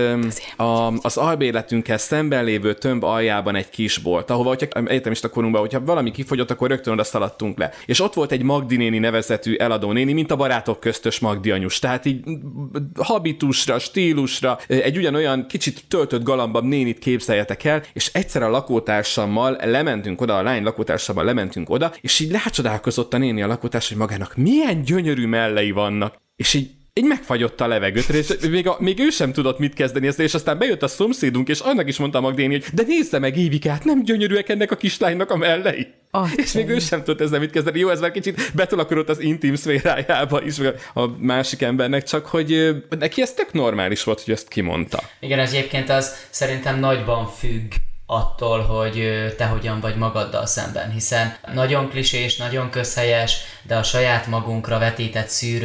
[SPEAKER 4] az albérletünkkel szemben lévő tömb aljában egy kisbolt, ahova, hogyha egyetemista korunkban, hogyha valami kifogyott, akkor rögtön oda szaladtunk le. És ott volt egy Magdi néni nevezetű eladó néni, mint a Barátok köztös Magdi anyus. Tehát így habitusra, stílusra, egy ugyanolyan kicsit töltött galambabb nénit képzeljetek el, és egyszer a lakótársammal lementünk oda, a lány lakótársammal lementünk oda, és így rácsodálkozott a néni a lakótárs, hogy magának milyen gyönyörű mellei vannak. És így megfagyott a levegőt, és még ő sem tudott mit kezdeni ezzel, és aztán bejött a szomszédunk, és annak is mondta Magdéni, hogy de nézze meg, Évikát, nem gyönyörűek ennek a kislánynak a mellei. És még ő sem tudott ezzel mit kezdeni. Jó, ez már kicsit betolakodott az intim szférájába is a másik embernek, csak hogy neki ez tök normális volt, hogy ezt kimondta.
[SPEAKER 3] Igen, ez egyébként az szerintem nagyban függ attól, hogy te hogyan vagy magaddal szemben, hiszen nagyon klisés, nagyon közhelyes, de a saját magunkra vetített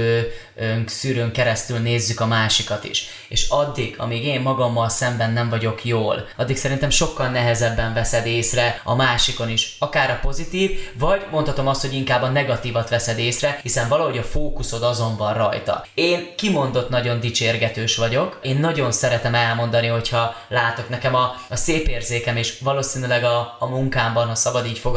[SPEAKER 3] szűrőn keresztül nézzük a másikat is. És addig, amíg én magammal szemben nem vagyok jól, addig szerintem sokkal nehezebben veszed észre a másikon is, akár a pozitív, vagy mondhatom azt, hogy inkább a negatívat veszed észre, hiszen valahogy a fókuszod azon van rajta. Én kimondott nagyon dicsérgetős vagyok, én nagyon szeretem elmondani, hogyha látok, nekem a szép érzékem, és valószínűleg a munkámban, ha szabad így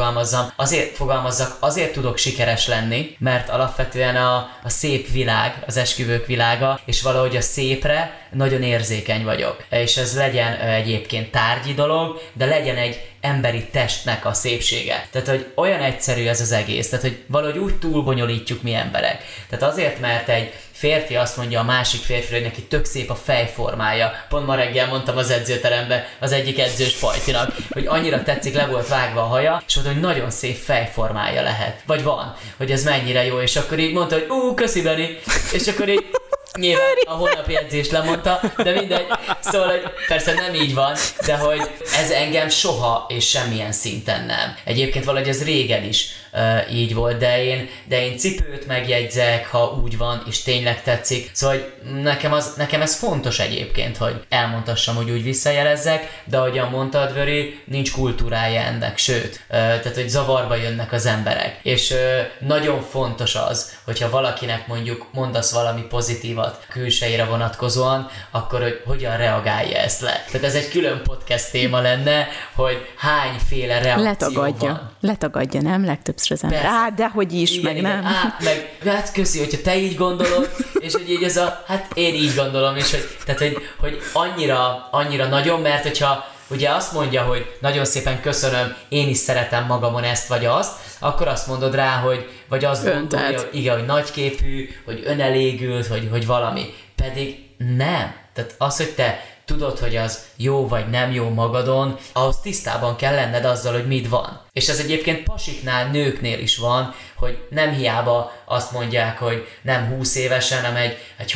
[SPEAKER 3] azért tudok sikeres lenni, mert alapvetően a szép világ, az esküvők világa, és valahogy a szépre nagyon érzékeny vagyok. És ez legyen egyébként tárgyi dolog, de legyen egy emberi testnek a szépsége. Tehát, hogy olyan egyszerű ez az egész, tehát, hogy valahogy úgy túlbonyolítjuk mi emberek. Tehát azért, mert egy férfi azt mondja a másik férfi, hogy neki tök szép a fejformája. Pont ma reggel mondtam az edzőterembe az egyik edzős pajtinak, hogy annyira tetszik, le volt vágva a haja, és mondta, hogy nagyon szép fejformája lehet. Vagy van, hogy ez mennyire jó, és akkor így mondta, hogy köszi Benni, és akkor így nyilván a holnapi edzést lemondta, de mindegy. Szóval, hogy persze nem így van, de hogy ez engem soha és semmilyen szinten nem. Egyébként valahogy ez régen is így volt, de én cipőt megjegyzek, ha úgy van, és tényleg tetszik. Szóval, hogy nekem ez fontos egyébként, hogy elmondhassam, hogy úgy visszajelezzek, de ahogyan mondtad, Vöri, nincs kultúrája ennek, sőt, tehát, hogy zavarba jönnek az emberek. És nagyon fontos az, hogyha valakinek mondjuk mondasz valami pozitívat külsejére vonatkozóan, akkor hogy hogyan reagálja ezt le. Tehát ez egy külön podcast téma lenne, hogy hányféle reakció van. Letagadja, nem? Legtöbbször az ember. Dehogy is, igen, meg nem. Hát köszi, hogyha te így gondolod, és hogy így hát én így gondolom, és hogy annyira nagyon, mert hogyha ugye azt mondja, hogy nagyon szépen köszönöm, én is szeretem magamon ezt vagy azt, akkor azt mondod rá, hogy vagy azt gondolja, hogy igen, hogy nagyképű, hogy önelégült, hogy valami. Pedig nem. Tehát az, hogy te tudod, hogy az jó vagy nem jó magadon, ahhoz tisztában kell lenned azzal, hogy mit van. És ez egyébként pasiknál, nőknél is van, hogy nem hiába azt mondják, hogy nem 20 évesen, hanem egy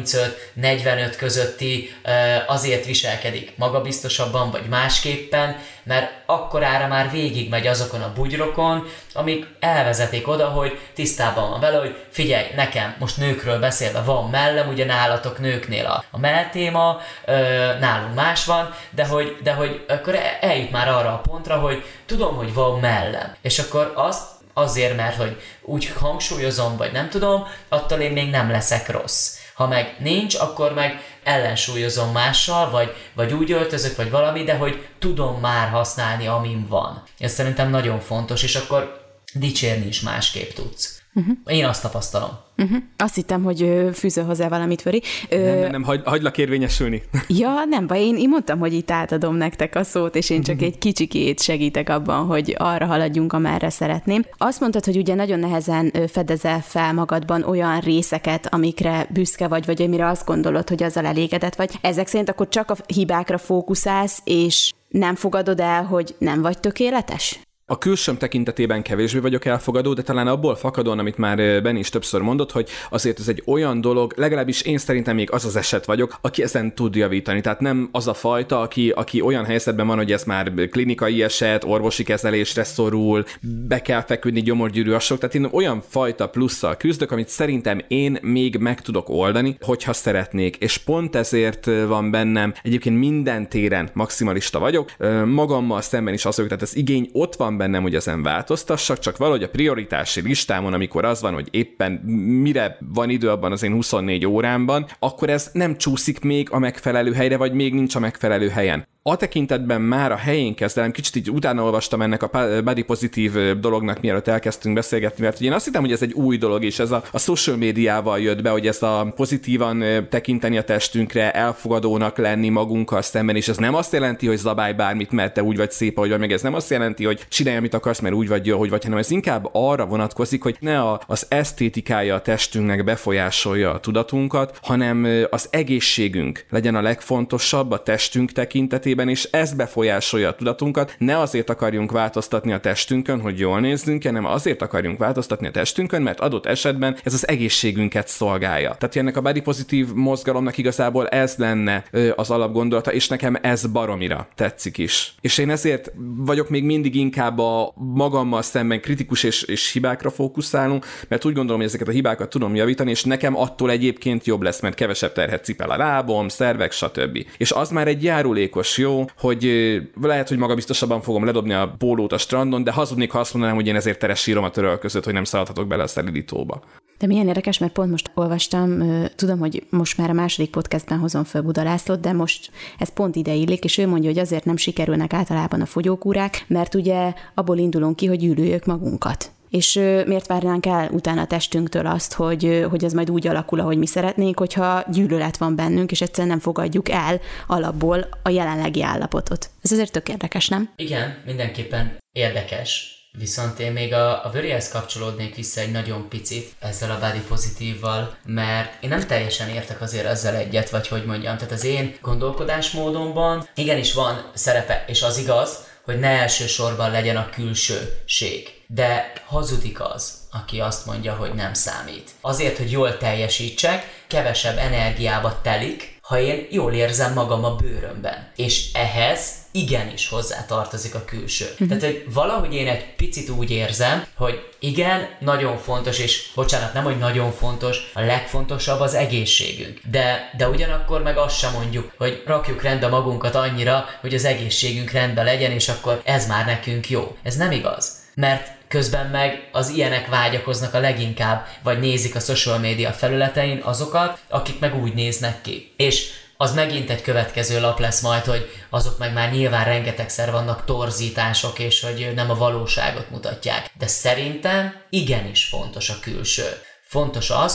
[SPEAKER 3] 35-45 közötti azért viselkedik magabiztosabban vagy másképpen, mert akkorára már végigmegy azokon a bugyrokon, amik elvezetik oda, hogy tisztában van vele, hogy figyelj, nekem most nőkről beszélve van mellem, ugye nálatok nőknél a melltéma, nálunk más van, de hogy akkor eljut már arra a pontra, hogy tudom, hogy van mellem. És akkor azért, mert hogy úgy hangsúlyozom, vagy nem tudom, attól én még nem leszek rossz. Ha meg nincs, akkor meg ellensúlyozom mással, vagy úgy öltözök, vagy valami, de hogy tudom már használni, amin van. Ez szerintem nagyon fontos, és akkor dicsérni is másképp tudsz. Én azt tapasztalom.
[SPEAKER 2] Azt hittem, hogy fűzöl hozzá valamit, Föri.
[SPEAKER 4] Nem, hagylak érvényesülni.
[SPEAKER 2] Ja, nem baj, én mondtam, hogy itt átadom nektek a szót, és én csak egy kicsikét segítek abban, hogy arra haladjunk, amerre szeretném. Azt mondtad, hogy ugye nagyon nehezen fedezel fel magadban olyan részeket, amikre büszke vagy amire azt gondolod, hogy azzal elégedett vagy. Ezek szerint akkor csak a hibákra fókuszálsz, és nem fogadod el, hogy nem vagy tökéletes?
[SPEAKER 4] A külsőm tekintetében kevésbé vagyok elfogadó, de talán abból fakadóan, amit már Ben is többször mondott, hogy azért ez egy olyan dolog, legalábbis én szerintem még az az eset vagyok, aki ezen tud javítani. Tehát nem az a fajta, aki olyan helyzetben van, hogy ez már klinikai eset, orvosi kezelésre szorul, be kell feküdni, gyomorgyűrű asok. Tehát én olyan fajta plusszal küzdök, amit szerintem én még meg tudok oldani, hogyha szeretnék. És pont ezért van bennem, egyébként minden téren maximalista vagyok, magammal szemben is az vagyok, tehát az igény ott van bennem, hogy ezen változtassak, csak valahogy a prioritási listámon, amikor az van, hogy éppen mire van idő abban az én 24 órámban, akkor ez nem csúszik még a megfelelő helyre, vagy még nincs a megfelelő helyen. A tekintetben már a helyén kezdem, kicsit így utána olvastam ennek a body pozitív dolognak, mielőtt elkezdtünk beszélgetni, mert én azt hittem, hogy ez egy új dolog, és ez a social médiával jött be, hogy ezt a pozitívan tekinteni a testünkre, elfogadónak lenni magunkkal szemben, és ez nem azt jelenti, hogy zabálj bármit, mert te úgy vagy szép, ahogy vagy, meg ez nem azt jelenti, hogy csinálj, amit akarsz, mert úgy vagy jó, hogy vagy, hanem ez inkább arra vonatkozik, hogy ne az esztétikája a testünknek befolyásolja a tudatunkat, hanem az egészségünk legyen a legfontosabb a testünk tekintetében, és ez befolyásolja a tudatunkat. Ne azért akarjunk változtatni a testünkön, hogy jól nézzünk, hanem azért akarjunk változtatni a testünkön, mert adott esetben ez az egészségünket szolgálja. Tehát ennek a body pozitív mozgalomnak igazából ez lenne az alapgondolata, és nekem ez baromira tetszik is. És én ezért vagyok még mindig inkább a magammal szemben kritikus és hibákra fókuszálunk, mert úgy gondolom, hogy ezeket a hibákat tudom javítani, és nekem attól egyébként jobb lesz, mert kevesebb terhet cipel a lábom, szervek, stb. És az már egy járulékos jó, hogy lehet, hogy magabiztosabban fogom ledobni a pólót a strandon, de hazudnék, ha azt mondanám, hogy én ezért teres sírom a töröl között, hogy nem szaladhatok bele a szelidítóba.
[SPEAKER 2] De milyen érdekes, mert pont most olvastam, tudom, hogy most már a második podcastben hozom föl Buda Lászlót, de most ez pont ide illik, és ő mondja, hogy azért nem sikerülnek általában a fogyókúrák, mert ugye abból indulunk ki, hogy gyűlöljük magunkat. És miért várnánk el utána a testünktől azt, hogy ez majd úgy alakul, ahogy mi szeretnénk, hogyha gyűlölet van bennünk, és egyszerűen nem fogadjuk el alapból a jelenlegi állapotot. Ez azért tök érdekes, nem?
[SPEAKER 3] Igen, mindenképpen érdekes. Viszont én még a Vörihez kapcsolódnék vissza egy nagyon picit ezzel a body pozitívval, mert én nem teljesen értek azért ezzel egyet, vagy hogy mondjam. Tehát az én gondolkodásmódomban igenis van szerepe, és az igaz, hogy ne elsősorban legyen a külsőség. De hazudik az, aki azt mondja, hogy nem számít. Azért, hogy jól teljesítsek, kevesebb energiába telik, ha én jól érzem magam a bőrömben. És ehhez igenis hozzátartozik a külső. Tehát, hogy valahogy én egy picit úgy érzem, hogy igen, nagyon fontos, és bocsánat, nem, hogy nagyon fontos, a legfontosabb az egészségünk. De ugyanakkor meg azt sem mondjuk, hogy rakjuk rendbe magunkat annyira, hogy az egészségünk rendben legyen, és akkor ez már nekünk jó. Ez nem igaz. Mert közben meg az ilyenek vágyakoznak a leginkább, vagy nézik a social media felületein azokat, akik meg úgy néznek ki. És az megint egy következő lap lesz majd, hogy azok meg már nyilván rengetegszer vannak torzítások, és hogy nem a valóságot mutatják. De szerintem igenis fontos a külső. Fontos az, hogy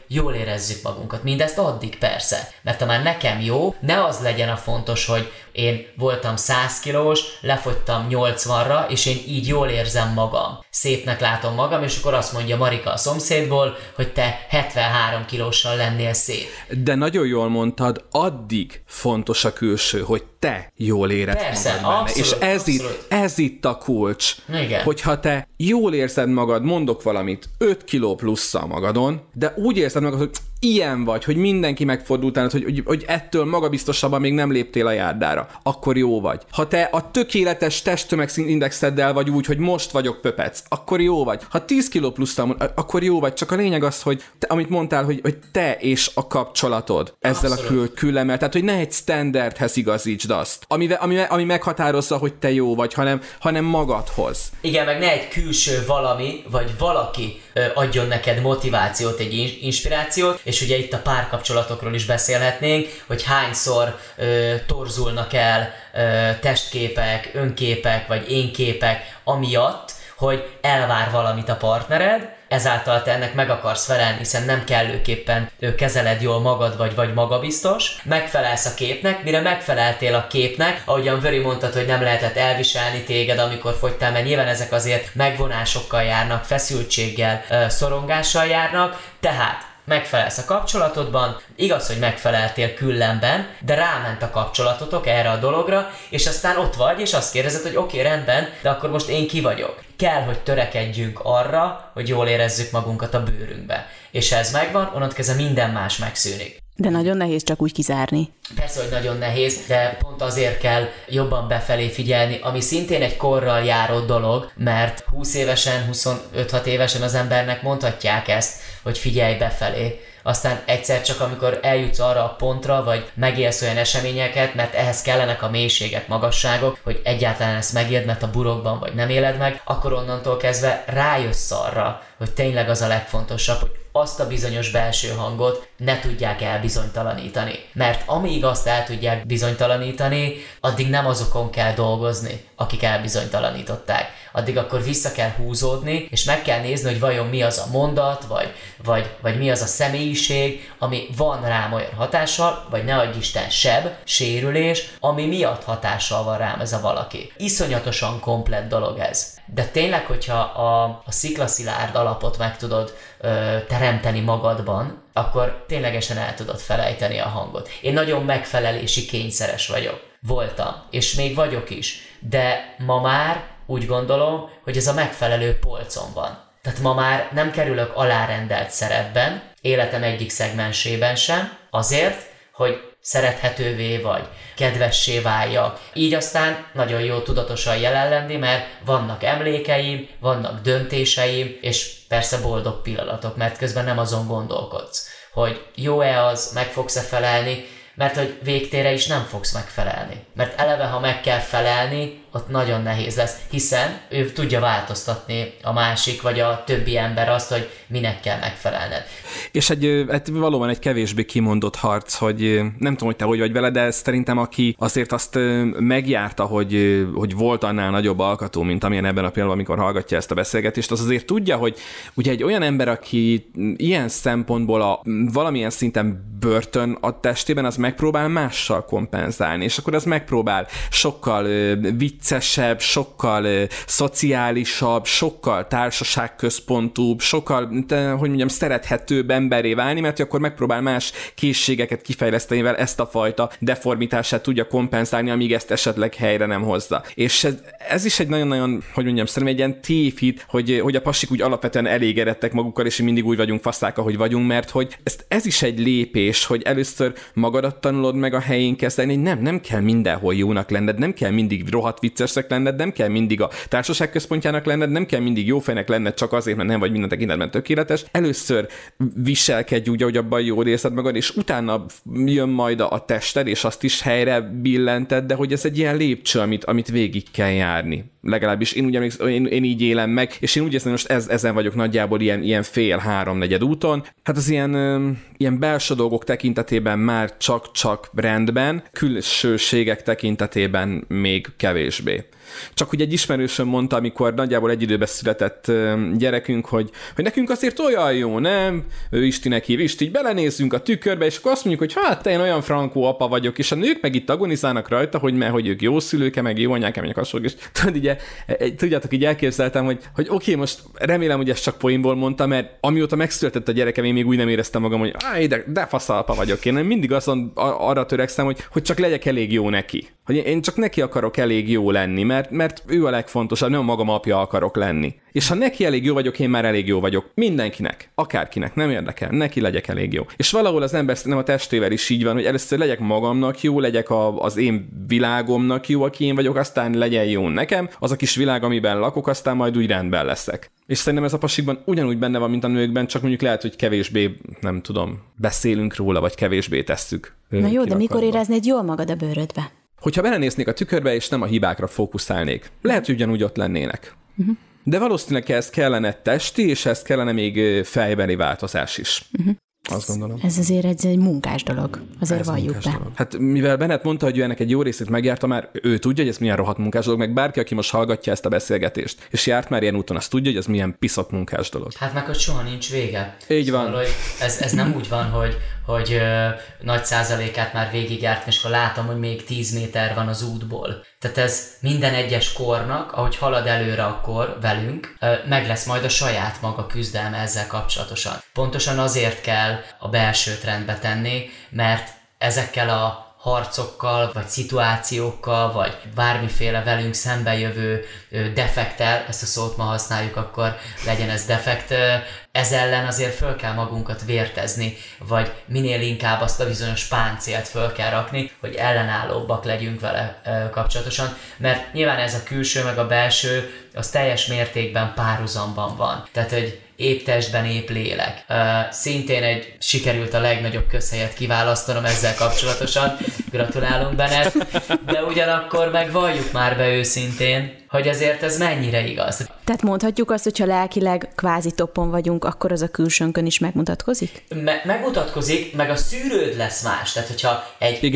[SPEAKER 3] jól érezzük magunkat. Mindezt addig persze, mert ha már nekem jó, ne az legyen a fontos, hogy én voltam 100 kilós, lefogytam 80-ra, és én így jól érzem magam. Szépnek látom magam, és akkor azt mondja Marika a szomszédból, hogy te 73 kilóssal lennél szép.
[SPEAKER 4] De nagyon jól mondtad, addig fontos a külső, hogy te jól érezd magad benne.
[SPEAKER 3] Abszolút,
[SPEAKER 4] És ez itt a kulcs.
[SPEAKER 3] Igen.
[SPEAKER 4] Hogyha te jól érzed magad, mondok valamit, 5 kiló plusszal magadon, de úgy érzed magad, hogy ilyen vagy, hogy mindenki megfordult át, hogy ettől magabiztosabban még nem léptél a járdára, akkor jó vagy. Ha te a tökéletes testtömegindexeddel vagy úgy, hogy most vagyok pöpec, akkor jó vagy. Ha 10 kiló plusszal, akkor jó vagy. Csak a lényeg az, hogy te, amit mondtál, hogy te és a kapcsolatod ezzel a küllemmel, tehát hogy ne egy standardhez igazítsd azt, ami meghatározza, hogy te jó vagy, hanem magadhoz.
[SPEAKER 3] Igen, meg ne egy külső valami, vagy valaki adjon neked motivációt, egy inspirációt, és ugye itt a párkapcsolatokról is beszélhetnénk, hogy hányszor torzulnak el testképek, önképek, vagy énképek amiatt, hogy elvár valamit a partnered, ezáltal te ennek meg akarsz felelni, hiszen nem kellőképpen kezeled jól magad, vagy magabiztos, megfelelsz a képnek, mire megfeleltél a képnek, ahogyan Vöri mondtad, hogy nem lehetett elviselni téged, amikor fogytál, mert nyilván ezek azért megvonásokkal járnak, feszültséggel, szorongással járnak, tehát megfelelsz a kapcsolatodban, igaz, hogy megfeleltél küllemben, de ráment a kapcsolatotok erre a dologra, és aztán ott vagy, és azt kérdezed, hogy oké, rendben, de akkor most én ki vagyok. Kell, hogy törekedjünk arra, hogy jól érezzük magunkat a bőrünkbe. És ha ez megvan, onnantól kezdve minden más megszűnik.
[SPEAKER 2] De nagyon nehéz csak úgy kizárni.
[SPEAKER 3] Persze, hogy nagyon nehéz, de pont azért kell jobban befelé figyelni, ami szintén egy korral járó dolog, mert 20 évesen, 25-6 évesen az embernek mondhatják ezt, hogy figyelj befelé. Aztán egyszer csak, amikor eljutsz arra a pontra, vagy megélsz olyan eseményeket, mert ehhez kellenek a mélységek, magasságok, hogy egyáltalán ezt megéld, mert a burokban vagy nem éled meg, akkor onnantól kezdve rájössz arra, hogy tényleg az a legfontosabb, hogy azt a bizonyos belső hangot ne tudják elbizonytalanítani. Mert amíg azt el tudják bizonytalanítani, addig nem azokon kell dolgozni, akik elbizonytalanították. Addig akkor vissza kell húzódni, és meg kell nézni, hogy vajon mi az a mondat, vagy mi az a személyiség, ami van rám olyan hatással, vagy ne adj Isten seb, sérülés, ami miatt hatással van rám ez a valaki. Iszonyatosan komplett dolog ez. De tényleg, hogyha a sziklaszilárd alapot meg tudod teremteni magadban, akkor ténylegesen el tudod felejteni a hangot. Én nagyon megfelelési kényszeres vagyok. Voltam, és még vagyok is. De ma már úgy gondolom, hogy ez a megfelelő polcon van. Tehát ma már nem kerülök alárendelt szerepben, életem egyik szegmensében sem, azért, hogy szerethetővé vagy, kedvessé váljak. Így aztán nagyon jó tudatosan jelen lenni, mert vannak emlékeim, vannak döntéseim, és persze boldog pillanatok, mert közben nem azon gondolkodsz, hogy jó-e az, meg fogsz-e felelni, mert hogy végtére is nem fogsz megfelelni. Mert eleve, ha meg kell felelni, ott nagyon nehéz lesz, hiszen ő tudja változtatni a másik, vagy a többi ember azt, hogy minek kell megfelelned.
[SPEAKER 4] És valóban egy kevésbé kimondott harc, hogy nem tudom, hogy te hogy vagy vele, de szerintem aki azért azt megjárta, hogy volt annál nagyobb alkatú, mint amilyen ebben a pillanatban, amikor hallgatja ezt a beszélgetést, az azért tudja, hogy ugye egy olyan ember, aki ilyen szempontból valamilyen szinten börtön a testében, az megpróbál mással kompenzálni, és akkor az megpróbál sokkal viccesebb, sokkal szociálisabb, sokkal társaságközpontúbb, sokkal, hogy mondjam, szerethetőbb emberré válni, mert akkor megpróbál más készségeket kifejleszteni, mivel ezt a fajta deformitását tudja kompenzálni, amíg ezt esetleg helyre nem hozza. És ez is egy nagyon-nagyon, hogy mondjam, szerintem egy ilyen tévhit, hogy a pasik úgy alapvetően elégedettek magukkal, és mindig úgy vagyunk faszák, ahogy vagyunk, mert hogy ez is egy lépés, hogy először magadat tanulod meg a helyén kezelni, hogy nem kell mindenhol jónak lenned, nem kell mindig rohadt viccesnek lenned, nem kell mindig a társaság központjának lenned, nem kell mindig jófejnek lenned csak azért, mert nem vagy minden tekintetben tökéletes. Először viselkedj úgy, ahogy abban jól érzed magad, és utána jön majd a tested, és azt is helyre billented, de hogy ez egy ilyen lépcső, amit végig kell járni. legalábbis én így élem meg, és én úgy érzem, hogy most ezen vagyok nagyjából ilyen fél-háromnegyed úton. Hát az ilyen belső dolgok tekintetében már csak rendben, külsőségek tekintetében még kevésbé. Csak hogy egy ismerősöm mondta, amikor nagyjából egy időben született gyerekünk, hogy nekünk azért olyan jó, nem? Ő Istinek hív, Isti, így belenézzünk a tükörbe, és akkor azt mondjuk, hogy hát én olyan frankó apa vagyok, és a nők meg itt agonizálnak rajta, hogy ők jó szülőke, meg jó anyák, meg hasonlók, és tudjátok, így elképzeltem, hogy oké, most remélem, hogy ezt csak poénból mondtam, mert amióta megszületett a gyerekem, én még úgy nem éreztem magam, hogy de faszalpa vagyok én, mindig arra törekszem, hogy csak legyek elég jó neki. Hogy én csak neki akarok elég jó lenni, mert ő a legfontosabb, nem a magam apja akarok lenni. És ha neki elég jó vagyok, én már elég jó vagyok. Mindenkinek, akárkinek, nem érdekel, neki legyek elég jó. És valahol az ember nem a testével is így van, hogy először legyek magamnak jó, legyek az én világomnak jó, aki én vagyok, aztán legyen jó nekem, az a kis világ, amiben lakok, aztán majd úgy rendben leszek. És szerintem ez a pasikban ugyanúgy benne van, mint a nőkben, csak mondjuk lehet, hogy kevésbé, nem tudom, beszélünk róla, vagy kevésbé tesszük.
[SPEAKER 2] Na jó, de mikor éreznéd jól magad a bőrödbe?
[SPEAKER 4] Hogyha belenéznék a tükörbe, és nem a hibákra fókuszálnék. Lehet, hogy ugyanúgy ott lennének. Uh-huh. De valószínűleg ez kellene testi, és ez kellene még fejbeli változás is. Uh-huh. Azt gondolom.
[SPEAKER 2] Ez azért egy munkás dolog. Azért valljuk be. Dolog.
[SPEAKER 4] Hát mivel Bennett mondta, hogy ő ennek egy jó részét megjárta, már ő tudja, hogy ez milyen rohadt munkás dolog, meg bárki, aki most hallgatja ezt a beszélgetést, és járt már ilyen úton, azt tudja, hogy ez milyen piszok munkás dolog.
[SPEAKER 3] Hát meg hogy soha nincs vége.
[SPEAKER 4] Így van.
[SPEAKER 3] Szóval, ez nem úgy van, hogy nagy százalékát már végigjártam, és akkor látom, hogy még 10 méter van az útból. Tehát ez minden egyes kornak, ahogy halad előre a kor velünk, meg lesz majd a saját maga küzdelme ezzel kapcsolatosan. Pontosan azért kell a belsőt rendbe tenni, mert ezekkel a harcokkal, vagy szituációkkal, vagy bármiféle velünk szembejövő defekttel, ezt a szót ma használjuk, akkor legyen ez defekt, ez ellen azért föl kell magunkat vértezni, vagy minél inkább azt a bizonyos páncélt föl kell rakni, hogy ellenállóbbak legyünk vele kapcsolatosan, mert nyilván ez a külső meg a belső, az teljes mértékben párhuzamban van. Tehát, hogy épp testben, épp lélek. Szintén sikerült a legnagyobb közhelyet kiválasztanom ezzel kapcsolatosan. Gratulálunk, Bennett. De ugyanakkor meg valljuk már be őszintén, hogy azért ez mennyire igaz.
[SPEAKER 2] Tehát mondhatjuk azt, hogyha lelkileg kvázi toppon vagyunk, akkor az a külsőnkön is megmutatkozik?
[SPEAKER 3] Megmutatkozik, meg a szűrőd lesz más. Tehát, hogyha egy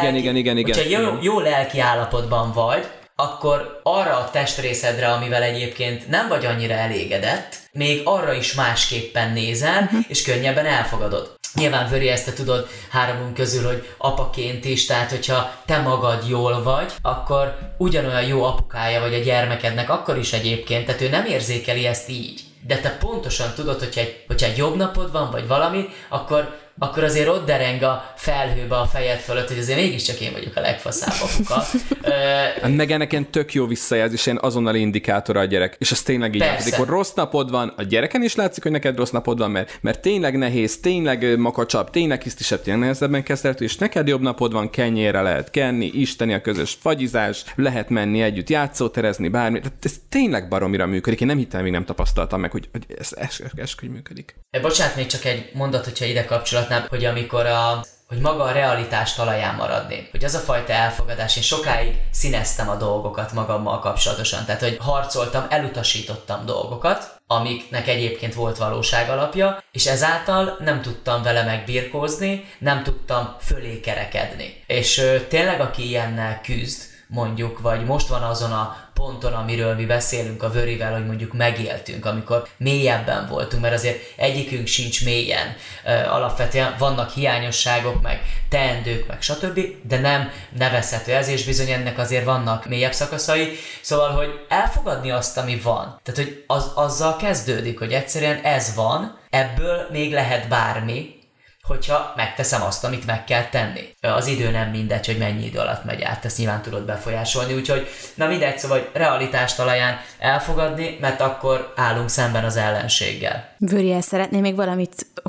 [SPEAKER 3] jó lelki állapotban vagy, akkor arra a testrészedre, amivel egyébként nem vagy annyira elégedett, még arra is másképpen nézel, és könnyebben elfogadod. Nyilván, Vöri, ezt te tudod háromunk közül, hogy apaként is, tehát hogyha te magad jól vagy, akkor ugyanolyan jó apukája vagy a gyermekednek akkor is egyébként, tehát ő nem érzékeli ezt így. De te pontosan tudod, hogyha egy jobb napod van, vagy valami, akkor azért ott dereng a felhőbe a fejed fölött, hogy azért mégiscsak én vagyok a legfaszább apuka.
[SPEAKER 4] Meg ennek tök jó visszajelzés, ilyen azonnali indikátora a gyerek. És ez tényleg így látszik, hogy rossz napod van, a gyereken is látszik, hogy neked rossz napod van, mert tényleg nehéz, tényleg makacsabb, tényleg hisztisebb, tényleg nehezebben kezelhető, és neked jobb napod van, kenyérre lehet kenni, isteni a közös fagyizás, lehet menni együtt játszóterezni, bármi. Tehát ez tényleg baromira működik. Én nem hittem, még nem tapasztaltam meg, hogy ez eskügy működik.
[SPEAKER 3] Bocsánat, még csak egy mondat, hogyha ide kapcsolatnám, hogy amikor hogy maga a realitás talaján maradni. Hogy az a fajta elfogadás, én sokáig színeztem a dolgokat magammal kapcsolatosan, tehát hogy harcoltam, elutasítottam dolgokat, amiknek egyébként volt valóság alapja, és ezáltal nem tudtam vele megbirkózni, nem tudtam fölé kerekedni. És tényleg aki ilyennel küzd, mondjuk, vagy most van azon a ponton, amiről mi beszélünk a Vörivel, hogy mondjuk megéltünk, amikor mélyebben voltunk, mert azért egyikünk sincs mélyen. Alapvetően vannak hiányosságok, meg teendők, meg stb., de nem nevezhető ez, és bizony ennek azért vannak mélyebb szakaszai. Szóval, hogy elfogadni azt, ami van. Tehát, hogy azzal kezdődik, hogy egyszerűen ez van, ebből még lehet bármi, hogyha megteszem azt, amit meg kell tenni. Az idő nem mindegy, hogy mennyi idő alatt megy át, ezt nyilván tudod befolyásolni, úgyhogy na mindegy, szóval hogy realitás talaján elfogadni, mert akkor állunk szemben az ellenséggel.
[SPEAKER 2] Vöri, szeretném még valamit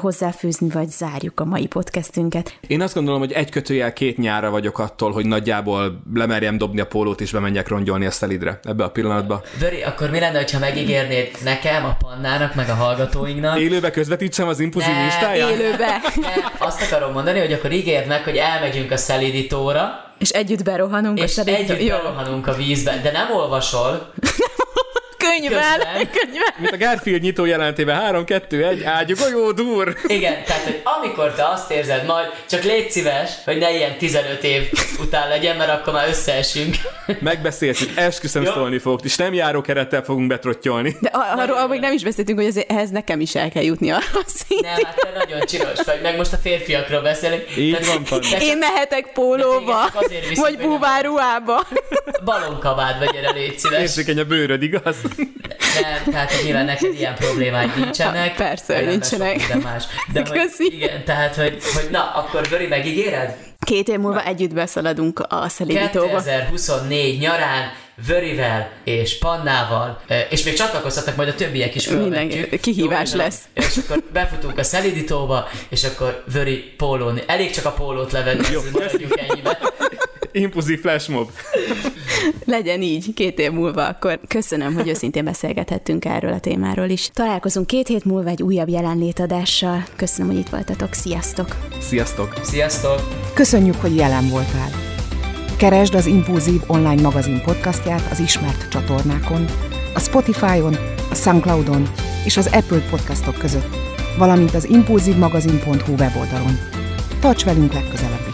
[SPEAKER 2] hozzáfűzni, vagy zárjuk a mai podcastünket?
[SPEAKER 4] Én azt gondolom, hogy 1-2 nyárra vagyok attól, hogy nagyjából lemerjem dobni a pólót, és bemenjek rongyolni a szelidre ebbe a pillanatban.
[SPEAKER 3] Vöri, akkor mi lenne, ha megígérnéd nekem, a Pannának, meg a hallgatóinknak?
[SPEAKER 4] Élőbe közvetítsem az Impulzív Instáján?
[SPEAKER 2] Élőbe.
[SPEAKER 3] Azt akarom mondani, hogy akkor ígérd meg, hogy elmegyünk a szelídítóra,
[SPEAKER 2] és együtt berohanunk a szelídítóra.
[SPEAKER 3] És együtt berohanunk a vízbe, de nem olvasol.
[SPEAKER 2] Könyvvel.
[SPEAKER 4] Mint a Garfield nyitó jelentében, 3, 2, 1, ágyugó, dur!
[SPEAKER 3] Igen, tehát, hogy amikor te azt érzed majd, csak légy szíves, hogy ne ilyen 15 év után legyen, mert akkor már összeesünk.
[SPEAKER 4] Megbeszéltük, esküszöm szólni fogok, és nem járókerettel fogunk betrottyolni.
[SPEAKER 2] De arról még nem is beszéltünk, hogy ehhez nekem is el kell jutni arra a szintig.
[SPEAKER 3] Nem, hát te nagyon csinos vagy, meg most a férfiakról beszélünk.
[SPEAKER 4] Így van, Panna.
[SPEAKER 2] Én mehetek pólóba, vagy búváruhába.
[SPEAKER 3] Balonkabád vagy, erre légy szíves.
[SPEAKER 4] Érzékeny a bőröd, igaz?
[SPEAKER 3] Nem, tehát hogy nyilván neked ilyen problémáid nincsenek.
[SPEAKER 2] Persze, hogy nincsenek.
[SPEAKER 3] De hogy, igen, tehát, hogy na, akkor Vöri, megígéred?
[SPEAKER 2] 2 év múlva együtt beszaladunk a szelídítóba.
[SPEAKER 3] 2024 nyarán Vörivel és Pannával, és még csatlakozhatnak majd a többiek is, fölvetjük.
[SPEAKER 2] Kihívás lesz.
[SPEAKER 3] És akkor befutunk a szelídítóba, és akkor Vöri pólón. Elég csak a pólót levenni, maradjunk ennyibe.
[SPEAKER 4] Impulzív flashmob.
[SPEAKER 2] Legyen így 2 év múlva, akkor köszönöm, hogy őszintén beszélgethettünk erről a témáról is. Találkozunk 2 hét múlva egy újabb jelenlétadással. Köszönöm, hogy itt voltatok. Sziasztok!
[SPEAKER 4] Sziasztok!
[SPEAKER 3] Sziasztok!
[SPEAKER 1] Köszönjük, hogy jelen voltál. Keresd az Impulzív online magazin podcastját az ismert csatornákon, a Spotify-on, a Soundcloud-on és az Apple podcastok között, valamint az impulzívmagazin.hu weboldalon. Tarts velünk legközelebb!